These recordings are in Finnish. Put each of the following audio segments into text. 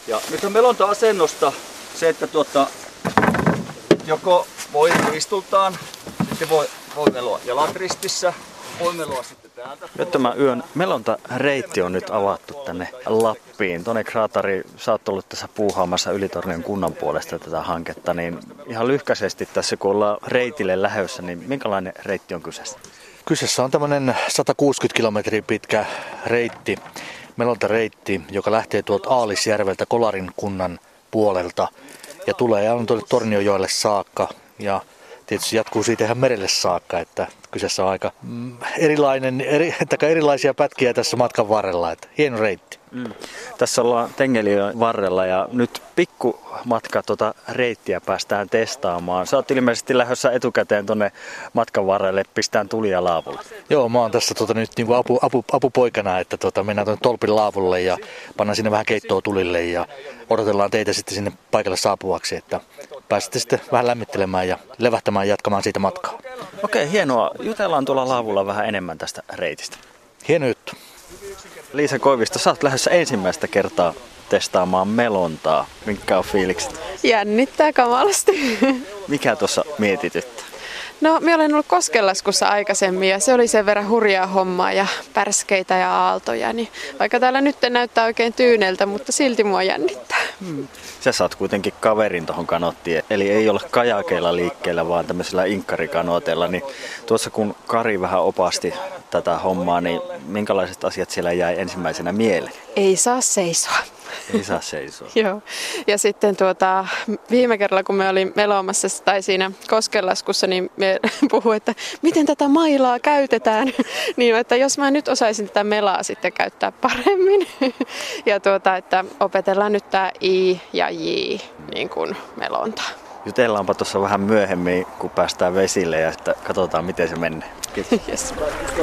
Ja nyt on melonta-asennosta se, että joko voi istultaan, sitten voi meloa jalat ristissä, voi meloa sitten täältä. Yöttömän yön melontareitti on nyt avattu tänne Lappiin. Toni Kraatari, sä oot ollut tässä puuhaamassa Ylitornion kunnan puolesta tätä hanketta, niin ihan lyhkäisesti tässä kun ollaan reitille lähdössä, niin minkälainen reitti on kyseessä? Kyseessä on tämmöinen 160 kilometriä pitkä reitti, melontareitti, joka lähtee tuolta Aalisjärveltä Kolarin kunnan puolelta ja tulee aivan tuolle Tornionjoelle saakka ja tietysti jatkuu siitä ihan merelle saakka, että kyseessä on aika erilaisia pätkiä tässä matkan varrella, että hieno reitti. Tässä ollaan Tengeliön varrella ja nyt pikku matka reittiä päästään testaamaan. Sä oot ilmeisesti lähdössä etukäteen tuonne matkan varrelle, pistään tulia laavulle. Joo, mä oon tässä nyt niinku apupoikana, että mennään tuonne tolpin laavulle ja pannaan sinne vähän keittoa tulille ja odotellaan teitä sitten sinne paikalle saapuvaksi, että pääsette sitten vähän lämmittelemään ja levähtämään ja jatkamaan siitä matkaa. Okei, hienoa. Jutellaan tuolla laavulla vähän enemmän tästä reitistä. Hieno juttu. Liisa Koivisto, sä oot lähdössä ensimmäistä kertaa testaamaan melontaa. Mitkä on fiilikset? Jännittää kamalasti. Mikä tuossa mietityttää? No, minä olen ollut Koskenlaskussa aikaisemmin ja se oli sen verran hurjaa hommaa ja pärskeitä ja aaltoja. Niin vaikka täällä nyt näyttää oikein tyyneltä, mutta silti mua jännittää. Sä saat kuitenkin kaverin tuohon kanottiin, eli ei ole kajakeilla liikkeellä, vaan tämmöisellä inkkarikanootella. Niin tuossa kun Kari vähän opasti tätä hommaa, niin minkälaiset asiat siellä jäi ensimmäisenä mieleen? Ei saa seisoa. Ei saa seisoa. Joo. Ja sitten viime kerralla, kun me olin meloamassa tai siinä Koskenlaskussa, niin me puhuin, että miten tätä mailaa käytetään. Niin, että jos mä nyt osaisin tätä melaa sitten käyttää paremmin. Ja että opetellaan nyt tää I ja J niin kuin melonta. Jutellaanpa tuossa vähän myöhemmin, kun päästään vesille ja sitten katsotaan, miten se menee. Kiitos. Yes.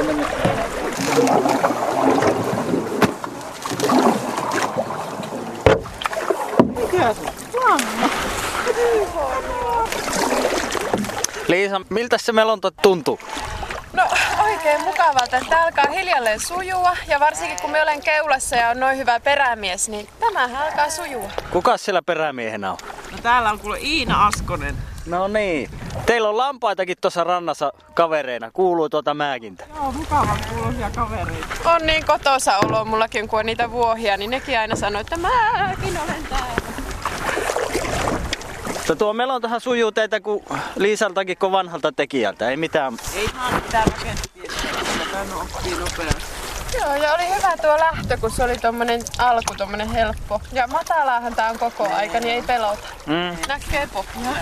Liisa, miltä se melonta tuntuu? No oikein mukavalta, että tämä alkaa hiljalleen sujua ja varsinkin kun me olen keulassa ja on noin hyvä perämies, niin tämähän alkaa sujua. Kuka siellä perämiehenä on? No täällä on kuule Iina Askonen. No niin. Teillä on lampaitakin tuossa rannassa kavereina. Kuuluu tuota määkintä. Joo, mukavan kuuloisia kavereita. On niin kotoisa olo mullakin, kun on niitä vuohia, niin nekin aina sanoo, että mäkin olen täällä. Tuo melontahan sujuu teitä kuin Liisaltakin kuin vanhalta tekijältä. Ei mitään. Ei ihan mitään rakennettiin, tämä oppii nopeasti. Joo, ja oli hyvä tuo lähtö, kun se oli tommonen alku, tommonen helppo. Ja matalaahan tää on koko aika, niin ei pelota. Näkee pohjaa.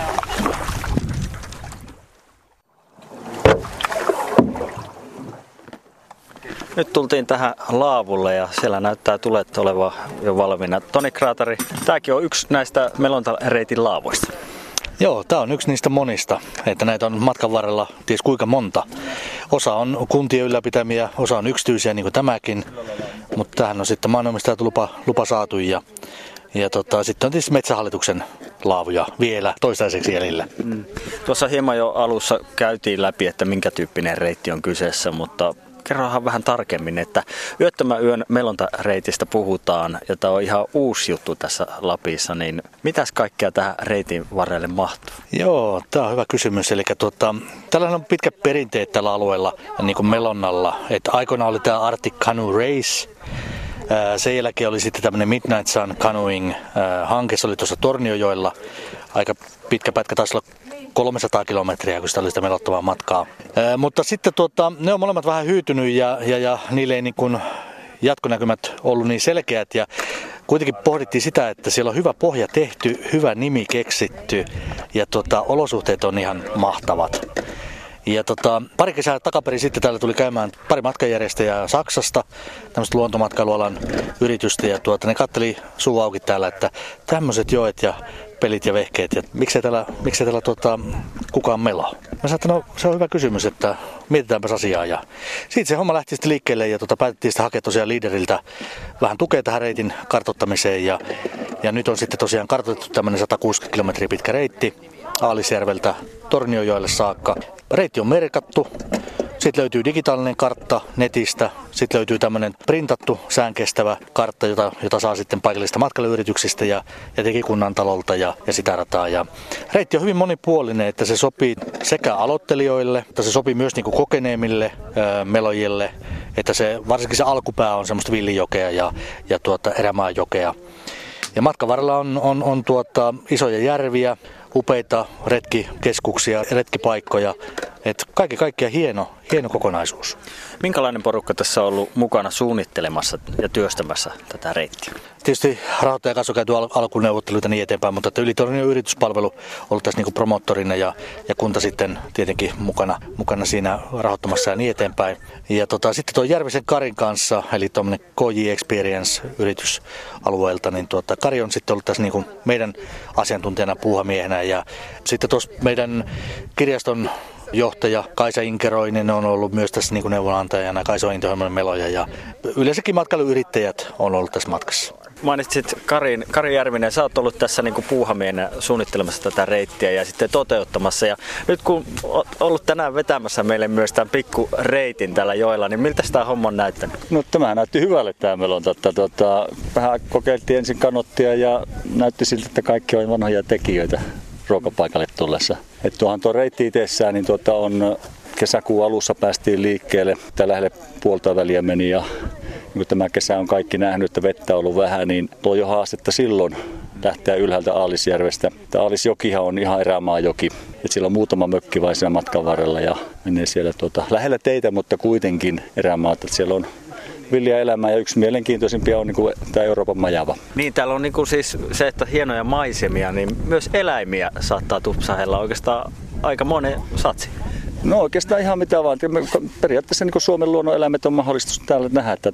Nyt tultiin tähän laavulle ja siellä näyttää tulet olevan jo valmiina. Toni Kraatari, tämäkin on yksi näistä melontareitin laavuista. Joo, tämä on yksi niistä monista, että näitä on matkan varrella ties kuinka monta. Osa on kuntien ylläpitämiä, osa on yksityisiä niin kuin tämäkin, mutta tähän on sitten maanomistajat lupa saatu ja sitten on tietysti Metsähallituksen laavuja vielä toistaiseksi jäljellä. Tuossa hieman jo alussa käytiin läpi, että minkä tyyppinen reitti on kyseessä, mutta kerrohan vähän tarkemmin, että Yöttömän yön melontareitistä puhutaan, ja tämä on ihan uusi juttu tässä Lapissa, niin mitäs kaikkea tähän reitin varrelle mahtuu? Joo, tämä on hyvä kysymys. Eli tällä on pitkä perinteet tällä alueella niin kuin melonnalla. Että aikoinaan oli tämä Arctic Canoe Race. Sen jälkeen oli sitten tämmöinen Midnight Sun Canoeing-hanke, se oli tuossa Tornionjoella. Aika pitkä pätkä, taisi olla 300 kilometriä, kun sitä oli sitä melottavaa matkaa. Mutta sitten ne on molemmat vähän hyytynyt ja niille ei niin kuin jatkonäkymät ollut niin selkeät. Ja kuitenkin pohdittiin sitä, että siellä on hyvä pohja tehty, hyvä nimi keksitty ja olosuhteet on ihan mahtavat. Ja pari kesää takaperin sitten täällä tuli käymään pari matkanjärjestäjää Saksasta, tämmöistä luontomatkailualan yritystä, ja ne katteli suu auki täällä, että tämmöiset joet ja pelit ja vehkeet, ja miksei täällä kukaan melaa. Mä sanoin, että no se on hyvä kysymys, että mietitäänpäs asiaa, ja siitä se homma lähti sitten liikkeelle, ja päätettiin sitten hakea tosiaan liideriltä vähän tukea tähän reitin kartoittamiseen, ja nyt on sitten tosiaan kartoitettu tämmöinen 160 kilometriä pitkä reitti Aalisjärveltä Tornionjoelle saakka. Reitti on merkattu, Sitten löytyy digitaalinen kartta netistä. Sitten löytyy tämmöinen printattu säänkestävä kartta, jota saa sitten paikallisista matkailuyrityksistä ja Digikunnan talolta ja sitä rataa. Ja reitti on hyvin monipuolinen, että se sopii sekä aloittelijoille, että se sopii myös niin kuin kokeneemmille melojille, että varsinkin se alkupää on semmoista villijokea ja erämaajokea. Ja matkan varrella on isoja järviä, upeita retkikeskuksia, retkipaikkoja. Et kaikki kaikkiaan hieno kokonaisuus. Minkälainen porukka tässä on ollut mukana suunnittelemassa ja työstämässä tätä reittiä? Tietysti rahoittajan kanssa on käyty alkuneuvotteluita niin eteenpäin, mutta että Ylitornion yrityspalvelu on ollut tässä niin promottorina ja kunta sitten tietenkin mukana siinä rahoittamassa ja niin eteenpäin. Ja sitten tuo Järvisen Karin kanssa, eli tuommoinen KJ Experience yritysalueelta, niin Kari on sitten ollut tässä niin kuin meidän asiantuntijana puuhamiehenä ja sitten tuossa meidän kirjaston johtaja Kaisa Inkeroinen on ollut myös tässä niin kuin neuvonantajana, Kaisa on Intohjelman meloja ja yleensäkin matkailuyrittäjät on ollut tässä matkassa. Mainitsit Kari Järvinen, sä oot ollut tässä niin kuin puuhamiehenä suunnittelemassa tätä reittiä ja sitten toteuttamassa. Ja nyt kun oot ollut tänään vetämässä meille myös tämän pikkureitin tällä joella, niin miltä tämä homma on näyttänyt? No tämähän näytti hyvälle tämä melonta. Vähän kokeiltiin ensin kanottia ja näytti siltä, että kaikki on vanhoja tekijöitä ruokapaikalle tullessa. Tuo reitti itsessään niin on kesäkuun alussa päästiin liikkeelle. Tää lähelle puolta väliä meni ja kun tämä kesä on kaikki nähnyt, että vettä on ollut vähän, niin tuo jo haastetta silloin lähteä ylhäältä Aalisjärvestä. Tämä Aalisjokihan on ihan erämaajoki. Siellä on muutama mökki vain siinä matkan varrella ja menee siellä lähellä teitä, mutta kuitenkin erämaata. Siellä on villiä elämää ja yksi mielenkiintoisimpia on niin tämä Euroopan majava. Niin, täällä on niin siis se, että hienoja maisemia, niin myös eläimiä saattaa tupsahella oikeastaan aika monen satsi. No oikeastaan ihan mitä vaan. Periaatteessa niin Suomen luonnoneläimet on mahdollista täällä nähdä, että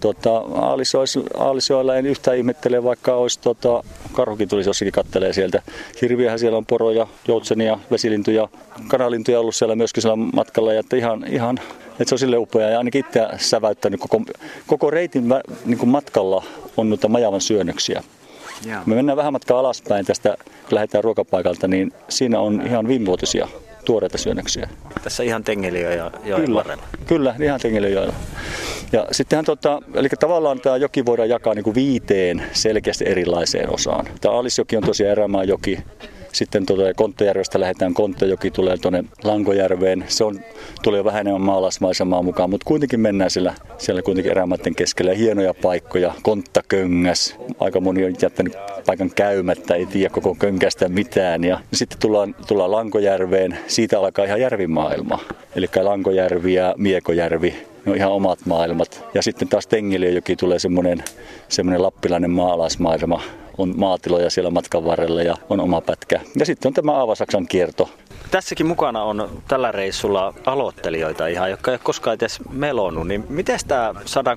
Aalisoilla en yhtään ihmettele, vaikka olisi karhukin tulisi jossakin kattelee sieltä. Hirviähän siellä on poroja, joutsenia, vesilintuja, kanalintuja ollut siellä myöskin siellä matkalla. Ja että ihan että se on sille upea ja ainakin itse säväyttänyt koko reitin niin matkalla on noita majavan syönnöksiä. Me mennään vähän matkaa alaspäin tästä, kun lähdetään ruokapaikalta, niin siinä on ihan viimevuotisia tuoreita syönnöksiä. Tässä ihan Tengelijoen joen varrella. Kyllä, ihan Tengelijoella. Ja sittenhän eli tavallaan tämä joki voidaan jakaa niin kuin 5 selkeästi erilaiseen osaan. Tämä Aalisjoki on tosiaan erämaajoki. Sitten Konttajärvestä lähdetään, Konttajoki tulee tuonne Lankojärveen. Tulee vähän enemmän maalaismaisemaa mukaan, mutta kuitenkin mennään siellä kuitenkin erämaiden keskellä. Hienoja paikkoja, Konttaköngäs. Aika moni on jättänyt paikan käymättä, ei tiedä koko Könkästä mitään. Ja sitten tullaan Lankojärveen, siitä alkaa ihan järvimaailma. Eli Lankojärvi ja Miekojärvi. Ne on ihan omat maailmat. Ja sitten taas Tengelijoki tulee semmoinen lappilainen maalaismaailma. On maatiloja siellä matkan varrella ja on oma pätkä. Ja sitten on tämä Aavasaksan kierto. Tässäkin mukana on tällä reissulla aloittelijoita ihan, jotka ei ole koskaan edes melonnut. Niin miten tämä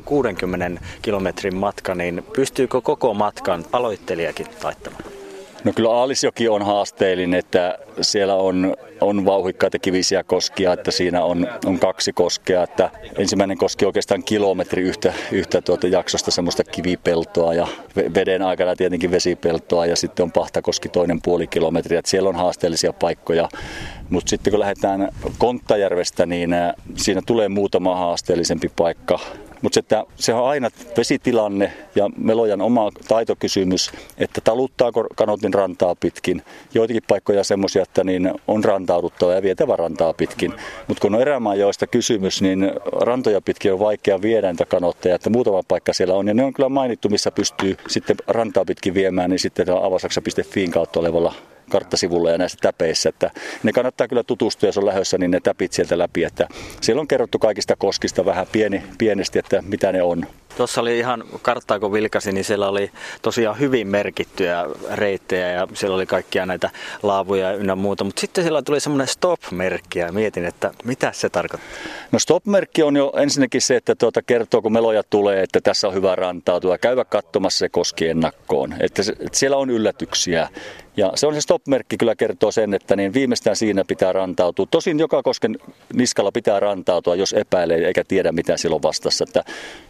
160 kilometrin matka, niin pystyykö koko matkan aloittelijakin taittamaan? No kyllä Aalisjoki on haasteellinen, että siellä on vauhikkaita kivisiä koskia, että siinä on 2 koskea. Että ensimmäinen koski oikeastaan kilometri yhtä jaksosta semmoista kivipeltoa ja veden aikana tietenkin vesipeltoa ja sitten on Pahtakoski toinen puoli kilometriä. Että siellä on haasteellisia paikkoja. Mutta sitten kun lähdetään Konttajärvestä, niin siinä tulee muutama haasteellisempi paikka. Mutta se on aina vesitilanne ja melojan oma taitokysymys, että taluttaako kanotin rantaa pitkin. Joitakin paikkoja semmoisia, että niin on rantauduttava ja vietävä rantaa pitkin. Mutta kun on erämaajoista kysymys, niin rantoja pitkin on vaikea viedä niitä kanotteja, että muutama paikka siellä on. Ja ne on kyllä mainittu, missä pystyy sitten rantaa pitkin viemään, niin sitten avasaksa.fiin kautta olevalla karttasivulla ja näissä täpeissä, että ne kannattaa kyllä tutustua, jos on lähdössä, niin ne täpit sieltä läpi, että siellä on kerrottu kaikista koskista vähän pienesti, että mitä ne on. Tuossa oli ihan karttaa, kun vilkasin, niin siellä oli tosiaan hyvin merkittyjä reittejä ja siellä oli kaikkia näitä laavuja ynnä muuta, mutta sitten siellä tuli semmoinen stop-merkki ja mietin, että mitä se tarkoittaa? No stop-merkki on jo ensinnäkin se, että kertoo, kun meloja tulee, että tässä on hyvä rantautua, käydä katsomassa se koski ennakkoon, että siellä on yllätyksiä. Ja se on se stop-merkki, kyllä kertoo sen, että niin viimeistään siinä pitää rantautua. Tosin joka kosken niskalla pitää rantautua, jos epäilee eikä tiedä mitä siellä on vastassa. Että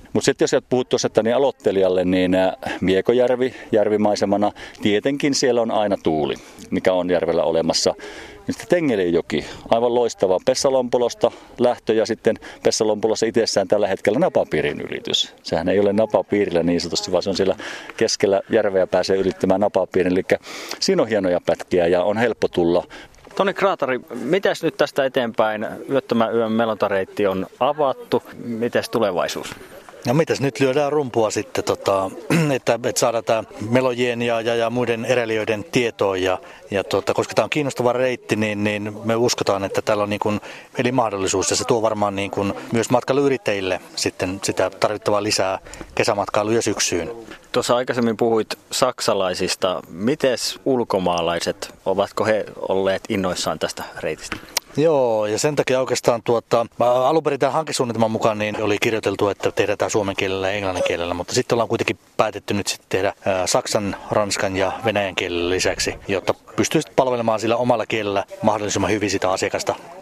Mutta sitten jos puhut tuossa niin aloittelijalle, niin Miekojärvi järvimaisemana, tietenkin siellä on aina tuuli, mikä on järvellä olemassa. Ja sitten Tengelijoki, aivan loistava Pessalonpulosta lähtö ja sitten Pessalonpulossa itsessään tällä hetkellä napapiirin ylitys. Sehän ei ole napapiirillä niin sanotusti, vaan se on siellä keskellä järveä pääsee ylittämään napapiirin. Eli siinä on hienoja pätkiä ja on helppo tulla. Toni Kraatari, mitäs nyt tästä eteenpäin? Yöttömän yön melontareitti on avattu. Mitäs tulevaisuus? No mitäs nyt lyödään rumpua sitten, että saadaan tämä melojien ja muiden eräilijöiden tietoon. Ja koska tämä on kiinnostava reitti, niin me uskotaan, että täällä on niin kuin eli mahdollisuus ja se tuo varmaan niin kuin myös matkailuyrittäjille sitten sitä tarvittavaa lisää kesämatkailuja syksyyn. Tuossa aikaisemmin puhuit saksalaisista. Mites ulkomaalaiset, ovatko he olleet innoissaan tästä reitistä? Joo, ja sen takia oikeastaan alun perin tämän hankesuunnitelman mukaan niin oli kirjoiteltu, että tehdään tämä suomen kielellä ja englannin kielellä, mutta sitten ollaan kuitenkin päätetty nyt sitten tehdä saksan, ranskan ja venäjän kielellä lisäksi, jotta pystyisi palvelemaan sillä omalla kielellä mahdollisimman hyvin sitä asiakasta